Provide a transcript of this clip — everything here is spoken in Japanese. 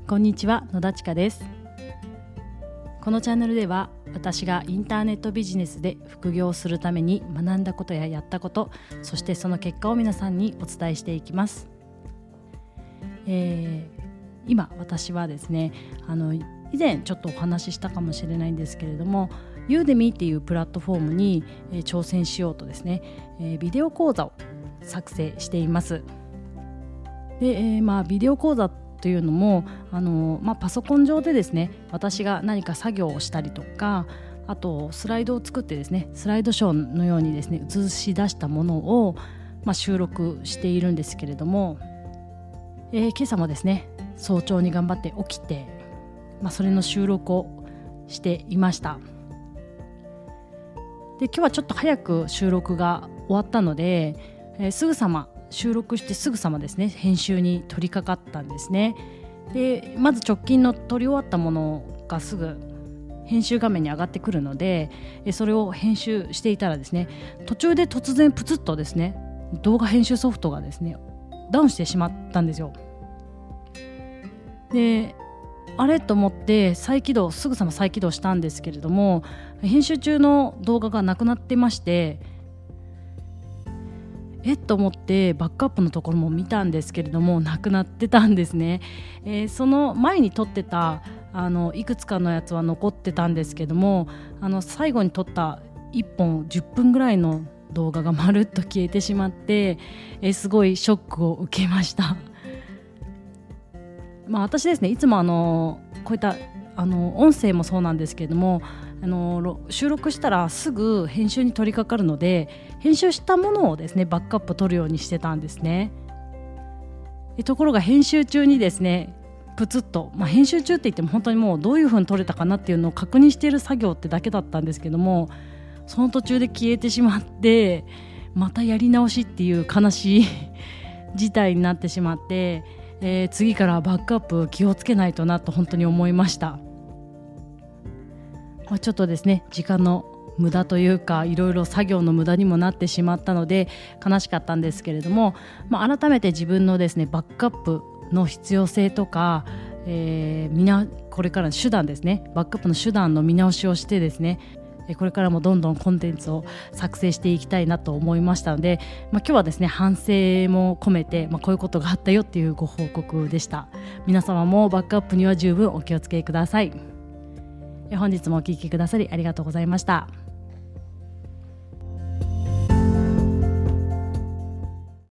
こんにちは、野田千佳です。このチャンネルでは私がインターネットビジネスで副業するために学んだことややったこと、そしてその結果を皆さんにお伝えしていきます。今私はですね、以前ちょっとお話ししたかもしれないんですけれども、Udemyっていうプラットフォームに、挑戦しようとですね、ビデオ講座を作成しています。で、ビデオ講座というのもパソコン上でですね、私が何か作業をしたりとか、あとスライドを作ってですね、スライドショーのようにですね映し出したものを、収録しているんですけれども、今朝もですね早朝に頑張って起きて、それの収録をしていました。で、今日はちょっと早く収録が終わったので、すぐさま収録してすぐさまですね編集に取り掛かったんですね。で、まず直近の撮り終わったものがすぐ編集画面に上がってくるので、それを編集していたらですね、途中で突然プツッとですね動画編集ソフトがですねダウンしてしまったんですよ。で、あれと思ってすぐさま再起動したんですけれども、編集中の動画がなくなってまして、と思ってバックアップのところも見たんですけれども、なくなってたんですね。その前に撮ってたいくつかのやつは残ってたんですけども、最後に撮った1本10分ぐらいの動画がまるっと消えてしまって、すごいショックを受けました。私ですね、いつもこういった音声もそうなんですけれども、収録したらすぐ編集に取り掛かるので、編集したものをですねバックアップ取るようにしてたんですね。ところが編集中にですねプツッと、編集中って言っても本当にもうどういう風に撮れたかなっていうのを確認している作業ってだけだったんですけども、その途中で消えてしまって、またやり直しっていう悲しい事態になってしまって、次からバックアップ気をつけないとなと本当に思いました。ちょっとですね時間の無駄というか、いろいろ作業の無駄にもなってしまったので悲しかったんですけれども、改めて自分のですねバックアップの必要性とか、これからの手段ですね、バックアップの手段の見直しをしてですね、これからもどんどんコンテンツを作成していきたいなと思いましたので、今日はですね反省も込めて、こういうことがあったよっていうご報告でした。皆様もバックアップには十分お気をつけください。本日もお聞きくださりありがとうございました。